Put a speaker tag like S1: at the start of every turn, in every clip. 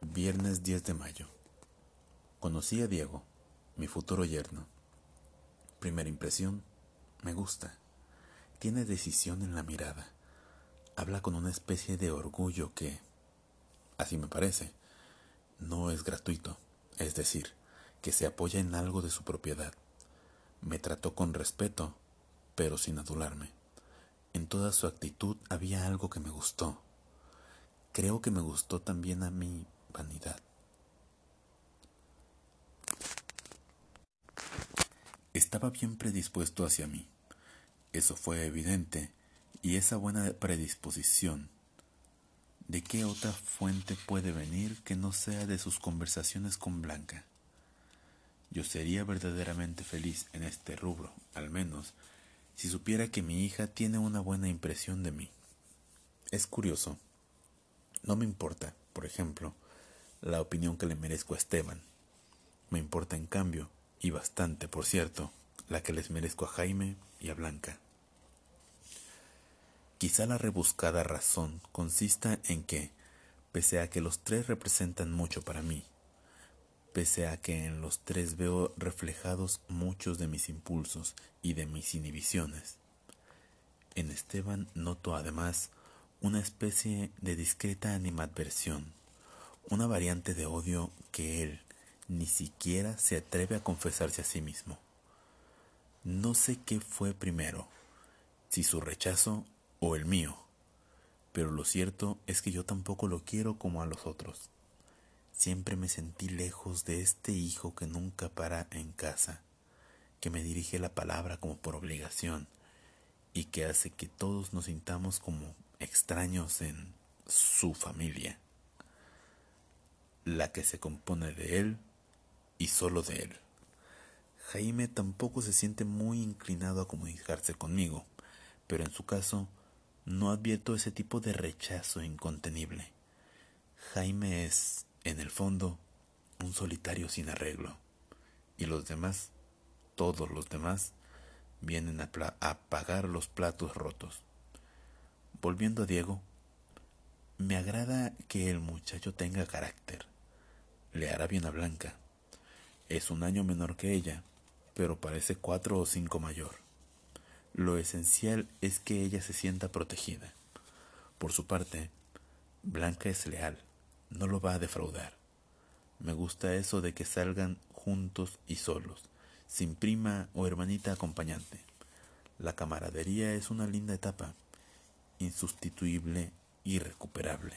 S1: Viernes 10 de mayo. Conocí a Diego, mi futuro yerno. Primera impresión, me gusta. Tiene decisión en la mirada. Habla con una especie de orgullo que, así me parece, no es gratuito. Es decir, que se apoya en algo de su propiedad. Me trató con respeto, pero sin adularme. En toda su actitud había algo que me gustó. Creo que me gustó también a mi vanidad. Estaba bien predispuesto hacia mí. Eso fue evidente, y esa buena predisposición, ¿de qué otra fuente puede venir que no sea de sus conversaciones con Blanca? Yo sería verdaderamente feliz en este rubro, al menos, si supiera que mi hija tiene una buena impresión de mí. Es curioso. No me importa, por ejemplo, la opinión que le merezco a Esteban. Me importa, en cambio, y bastante, por cierto, la que les merezco a Jaime y a Blanca. Quizá la rebuscada razón consista en que, pese a que los tres representan mucho para mí, pese a que en los tres veo reflejados muchos de mis impulsos y de mis inhibiciones, en Esteban noto además una especie de discreta animadversión, una variante de odio que él ni siquiera se atreve a confesarse a sí mismo. No sé qué fue primero, si su rechazo o el mío, pero lo cierto es que yo tampoco lo quiero como a los otros. Siempre me sentí lejos de este hijo que nunca para en casa, que me dirige la palabra como por obligación y que hace que todos nos sintamos como extraños en su familia, la que se compone de él y solo de él. Jaime tampoco se siente muy inclinado a comunicarse conmigo, pero en su caso no advierto ese tipo de rechazo incontenible. Jaime es, en el fondo, un solitario sin arreglo, y los demás, todos los demás, vienen a pagar los platos rotos. Volviendo a Diego, me agrada que el muchacho tenga carácter. Le hará bien a Blanca. Es un año menor que ella, pero parece 4 o 5 mayor. Lo esencial es que ella se sienta protegida. Por su parte, Blanca es leal, no lo va a defraudar. Me gusta eso de que salgan juntos y solos, sin prima o hermanita acompañante. La camaradería es una linda etapa, insustituible, irrecuperable.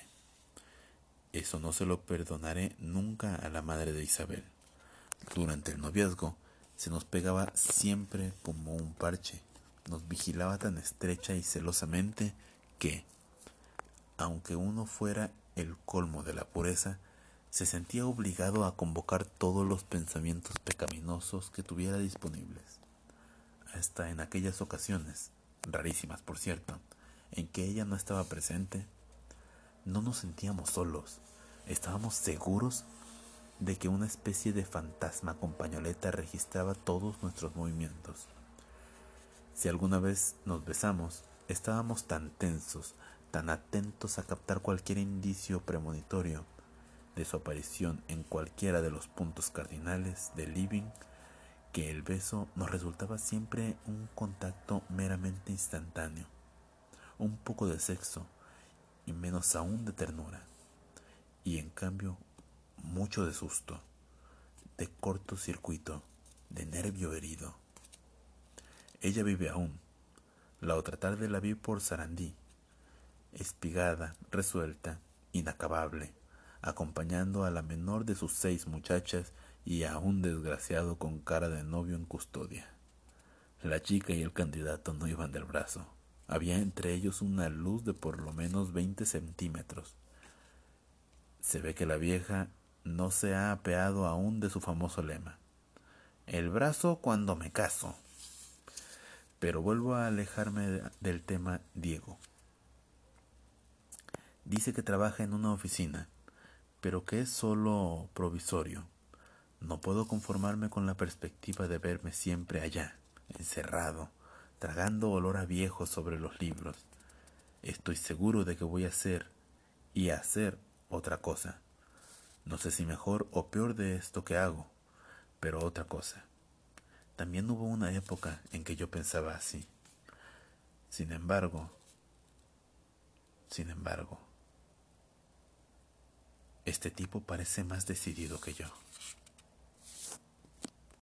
S1: Eso no se lo perdonaré nunca a la madre de Isabel. Durante el noviazgo se nos pegaba siempre como un parche. Nos vigilaba tan estrecha y celosamente que, aunque uno fuera el colmo de la pureza, se sentía obligado a convocar todos los pensamientos pecaminosos que tuviera disponibles. Hasta en aquellas ocasiones, rarísimas por cierto, en que ella no estaba presente, no nos sentíamos solos. Estábamos seguros de que una especie de fantasma con pañoleta registraba todos nuestros movimientos. Si alguna vez nos besamos, estábamos tan tensos, tan atentos a captar cualquier indicio premonitorio de su aparición en cualquiera de los puntos cardinales del living, que el beso nos resultaba siempre un contacto meramente instantáneo, un poco de sexo y menos aún de ternura, y en cambio mucho de susto, de cortocircuito, de nervio herido. Ella vive aún. La otra tarde la vi por Sarandí, espigada, resuelta, inacabable, acompañando a la menor de sus 6 muchachas y a un desgraciado con cara de novio en custodia. La chica y el candidato no iban del brazo. Había entre ellos una luz de por lo menos 20 centímetros. Se ve que la vieja no se ha apeado aún de su famoso lema: el brazo cuando me caso. Pero vuelvo a alejarme del tema Diego. Dice que trabaja en una oficina, pero que es solo provisorio. No puedo conformarme con la perspectiva de verme siempre allá, encerrado, tragando olor a viejo sobre los libros. Estoy seguro de que voy a hacer y hacer otra cosa. No sé si mejor o peor de esto que hago, pero otra cosa. También hubo una época en que yo pensaba así. Sin embargo, este tipo parece más decidido que yo.